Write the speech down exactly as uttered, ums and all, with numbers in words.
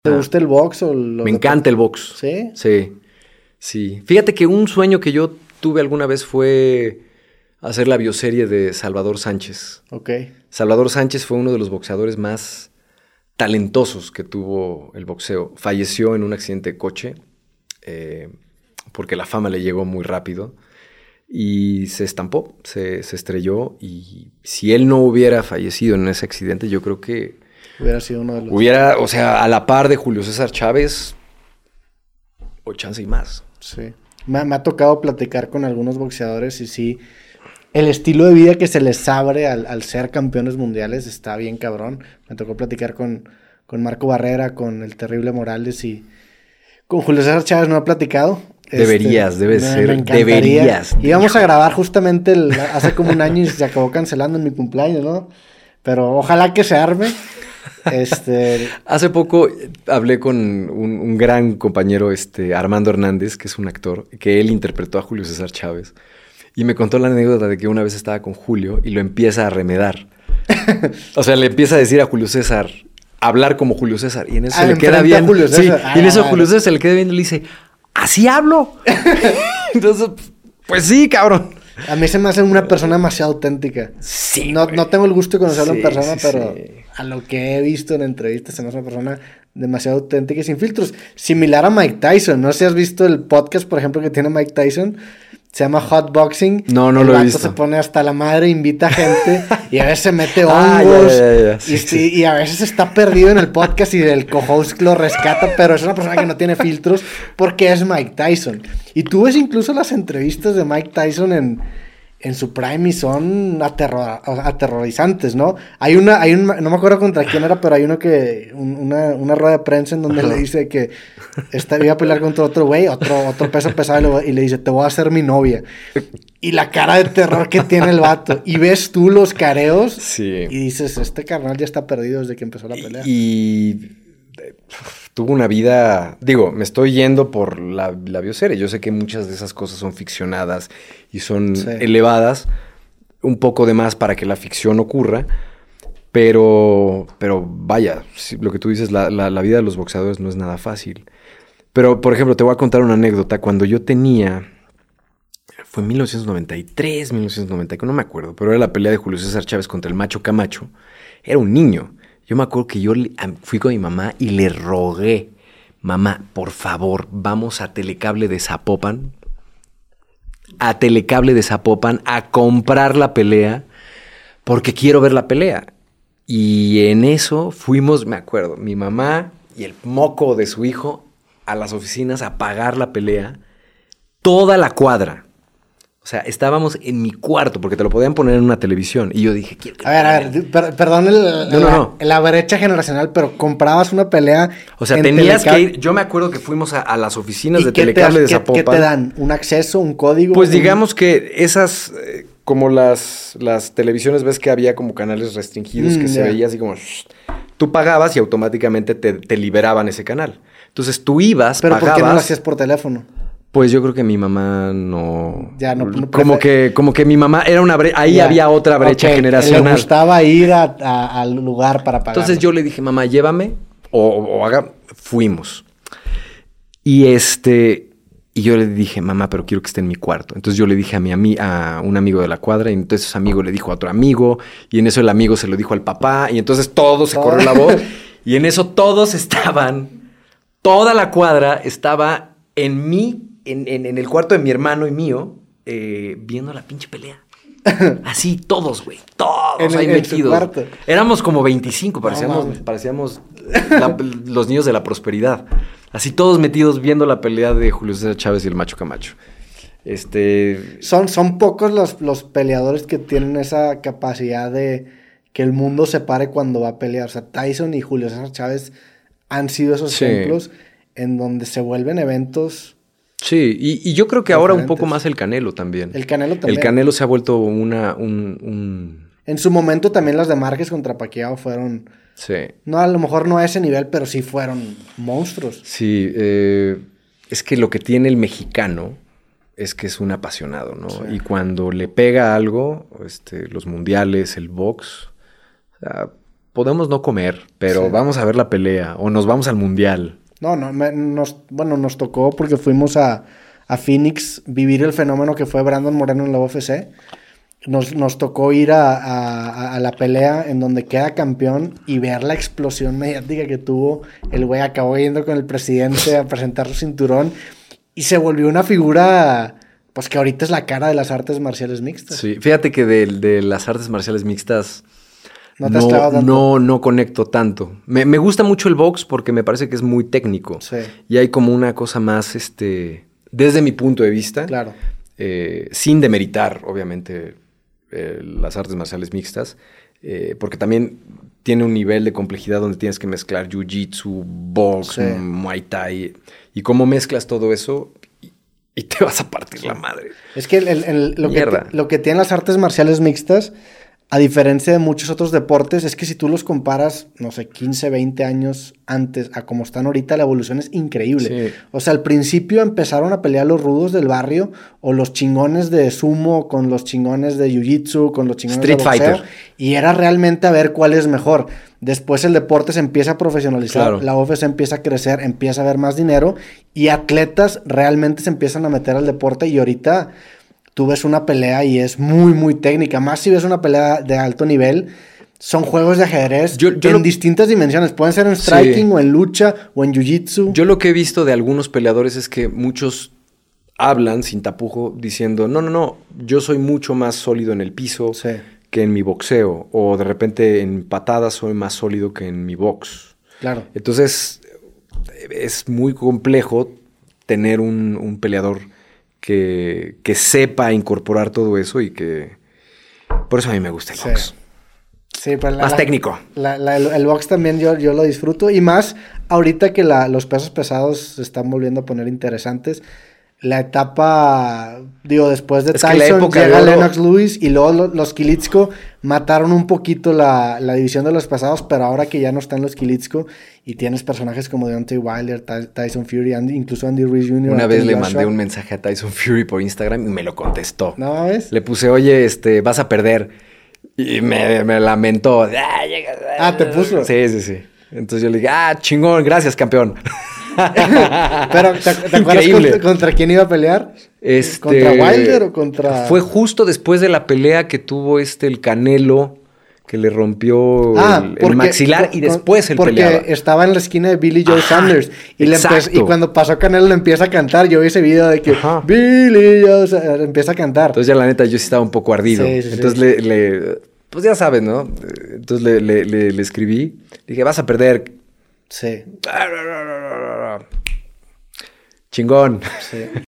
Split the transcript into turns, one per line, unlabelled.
¿Te gusta el box o lo
Me encanta el box.
¿Sí?
Sí, sí. Fíjate que un sueño que yo tuve alguna vez fue hacer la bioserie de Salvador Sánchez.
Ok.
Salvador Sánchez fue uno de los boxeadores más talentosos que tuvo el boxeo. Falleció en un accidente de coche eh, porque la fama le llegó muy rápido y se estampó, se, se estrelló. Y si él no hubiera fallecido en ese accidente, yo creo que
Hubiera sido uno de los...
hubiera, o sea, a la par de Julio César Chávez, o chance y más.
Sí. Me, me ha tocado platicar con algunos boxeadores y sí, el estilo de vida que se les abre al, al ser campeones mundiales está bien cabrón. Me tocó platicar con, con Marco Barrera, con el Terrible Morales y con Julio César Chávez no he platicado.
Deberías,
este,
debe
me,
ser,
me encantaría.
deberías.
Íbamos a grabar justamente el, hace como un año y se acabó cancelando en mi cumpleaños, ¿no? Pero ojalá que se arme. Este...
Hace poco hablé con un, un gran compañero, este, Armando Hernández, que es un actor, que él interpretó a Julio César Chávez. Y me contó la anécdota de que una vez estaba con Julio y lo empieza a remedar. O sea, le empieza a decir a Julio César, hablar como Julio César. Y en eso
Ah,
se le queda bien.
Julio
Sí,
ah,
y en eso
ah,
Julio César se le queda bien y le dice, ¿así hablo? Entonces, pues sí, cabrón.
A mí se me hace una persona demasiado auténtica.
Sí,
no, no tengo el gusto de conocerlo
sí,
en persona,
sí,
pero
sí.
a lo que he visto en entrevistas se me hace una persona demasiado auténtica y sin filtros. Similar a Mike Tyson. No sé si has visto el podcast, por ejemplo, que tiene Mike Tyson. Se llama Hot Boxing.
No, no
el
lo he
vato
visto.
Se pone hasta la madre, invita gente y a veces se mete hongos.
Ah, ya, ya, ya. Sí,
y,
sí.
y a veces está perdido en el podcast y el co-host lo rescata, pero es una persona que no tiene filtros porque es Mike Tyson. Y tú ves incluso las entrevistas de Mike Tyson en, en su prime y son aterror, aterrorizantes, ¿no? Hay una, hay un, no me acuerdo contra quién era, pero hay uno que, un, una, una rueda de prensa en donde le dice que está, iba a pelear contra otro güey, otro, otro peso pesado, y le, y le dice, te voy a hacer mi novia. Y la cara de terror que tiene el vato. Y ves tú los careos
Sí.
y dices, este carnal ya está perdido desde que empezó la pelea.
Y eh, tuvo una vida, digo, me estoy yendo por la, la bioserie. Yo sé que muchas de esas cosas son ficcionadas y son
Sí.
elevadas un poco de más para que la ficción ocurra, pero, pero vaya, si, lo que tú dices, la, la, la vida de los boxeadores no es nada fácil. Pero, por ejemplo, te voy a contar una anécdota. Cuando yo tenía, fue en mil novecientos noventa y tres, mil novecientos noventa y cuatro, no me acuerdo, pero era la pelea de Julio César Chávez contra el Macho Camacho. Era un niño. Yo me acuerdo que yo le, fui con mi mamá y le rogué, mamá, por favor, vamos a Telecable de Zapopan, a Telecable de Zapopan a comprar la pelea porque quiero ver la pelea. Y en eso fuimos, me acuerdo, mi mamá y el moco de su hijo a las oficinas a pagar la pelea, toda la cuadra. O sea, estábamos en mi cuarto porque te lo podían poner en una televisión. Y yo dije, quiero que...
A ver, a ver, per, perdón el,
no,
la,
no, no.
la brecha generacional, pero comprabas una pelea.
O sea, tenías Telecable. que ir. Yo me acuerdo que fuimos a, a las oficinas de Telecable de Zapopan.
¿Qué te dan? ¿Un acceso? ¿Un código?
Pues
un...
digamos que esas, eh, como las, las televisiones, ves que había como canales restringidos mm, que yeah. se veía así como... Shh, tú pagabas y automáticamente te, te liberaban ese canal. Entonces tú ibas,
¿Pero
pagabas...
por qué no lo hacías por teléfono?
Pues yo creo que mi mamá no...
Ya no... no
como, que, como que mi mamá era una brecha... Ahí yeah. había otra brecha okay. generacional.
Le gustaba ir a, a, al lugar para pagar.
Entonces yo le dije, mamá, llévame o, o haga... Fuimos. Y este... Y yo le dije, mamá, pero quiero que esté en mi cuarto. Entonces yo le dije a mi ami a un amigo de la cuadra, y entonces ese amigo le dijo a otro amigo, y en eso el amigo se lo dijo al papá, y entonces todos se corrió la voz, y en eso todos estaban, toda la cuadra estaba en mí, en, en, en el cuarto de mi hermano y mío, eh, viendo la pinche pelea. Así, todos, güey, todos
en,
ahí
en
metidos. Éramos como veinticinco, parecíamos, no, parecíamos la, los niños de la prosperidad. Así todos metidos viendo la pelea de Julio César Chávez y el Macho Camacho. Este...
Son, son pocos los, los peleadores que tienen esa capacidad de que el mundo se pare cuando va a pelear. O sea, Tyson y Julio César Chávez han sido esos sí. ejemplos en donde se vuelven eventos...
Sí, y, y yo creo que ahora un poco más el Canelo también.
El Canelo también.
El Canelo se ha vuelto una... Un, un...
En su momento también las de Márquez contra Pacquiao fueron...
Sí.
No, a lo mejor no a ese nivel, pero sí fueron monstruos.
Sí, eh, es que lo que tiene el mexicano es que es un apasionado, ¿no? Sí. Y cuando le pega algo, este, los mundiales, el box, o sea, podemos no comer, pero
Sí.
vamos a ver la pelea o nos vamos al mundial.
No, no, me- nos, bueno, nos tocó porque fuimos a, a Phoenix vivir el fenómeno que fue Brandon Moreno en la U F C. Nos, nos tocó ir a, a, a la pelea en donde queda campeón y ver la explosión mediática que tuvo. El güey acabó yendo con el presidente a presentar su cinturón y se volvió una figura, pues que ahorita es la cara de las artes marciales mixtas.
Sí, fíjate que de, de las artes marciales mixtas
No te has
no,
clavado tanto.
no, no conecto tanto. Me, me gusta mucho el box porque me parece que es muy técnico.
Sí,
Y hay como una cosa más, este, desde mi punto de vista,
claro.
eh, sin demeritar, obviamente, eh, las artes marciales mixtas, eh, porque también tiene un nivel de complejidad donde tienes que mezclar jiu-jitsu, box,
Sí.
muay thai, y cómo mezclas todo eso y, y te vas a partir la madre.
Es que el- el- el- lo, que
Mierda.
ti- lo que tienen las artes marciales mixtas, a diferencia de muchos otros deportes, es que si tú los comparas, no sé, quince, veinte años antes a como están ahorita, la evolución es increíble.
Sí.
O sea, al principio empezaron a pelear los rudos del barrio o los chingones de sumo con los chingones de jiu-jitsu, con los chingones
Street
de boxeo.
Fighter.
Y era realmente a ver cuál es mejor. Después el deporte se empieza a profesionalizar,
Claro.
la U F C empieza a crecer, empieza a haber más dinero y atletas realmente se empiezan a meter al deporte y ahorita tú ves una pelea y es muy, muy técnica. Más si ves una pelea de alto nivel, son juegos de ajedrez
Yo- yo
en
lo-
distintas dimensiones. Pueden ser en
Sí.
striking o en lucha o en jiu-jitsu.
Yo lo que he visto de algunos peleadores es que muchos hablan sin tapujo diciendo, no, no, no, yo soy mucho más sólido en el piso
Sí.
que en mi boxeo. O de repente en patadas soy más sólido que en mi box.
Claro.
Entonces es muy complejo tener un, un peleador que, que sepa incorporar todo eso y que... Por eso a mí me gusta el
Sí.
box.
Sí, pero la-
Más
la-
técnico.
la- la- el, el box también yo, yo lo disfruto. Y más ahorita que la- los pesos pesados se están volviendo a poner interesantes. La etapa, digo, después de
Es que la
Tyson
época de
llega
oro-
Lennox Lewis y luego lo- los Kilitsko mataron un poquito la, la división de los pesados, pero ahora que ya no están los Kilitsko y tienes personajes como Deontay Wilder, Ty- Tyson Fury, Andy- incluso Andy Ruiz junior
Una vez
Anthony
le
Joshua.
mandé un mensaje a Tyson Fury por Instagram y me lo contestó.
¿No mames?
Le puse, oye, este, vas a perder. Y me, me lamentó. Ah, llega-
Ah, ¿te puso?
Sí, sí, sí. Entonces yo le dije, ah, chingón, gracias, campeón.
Pero, ¿te, te acuerdas
Increíble.
contra, contra quién iba a pelear?
Este,
¿Contra Wilder o contra...?
Fue justo después de la pelea que tuvo este, el Canelo, que le rompió
Ah,
el, el
porque-
maxilar y
con-
después él
porque
peleaba.
estaba en la esquina de Billy Joe
Ajá,
Sanders y, le empe-
exacto.
y cuando pasó Canelo le empieza a cantar. Yo vi ese video de que
Ajá.
Billy Joe Sa- le empieza a cantar.
Entonces ya la neta yo sí estaba un poco ardido.
Sí, sí, sí.
Entonces le, le- pues ya sabes, ¿no? Entonces le, le, le- le escribí, dije, vas a perder.
Sí,
Chingón.
sí.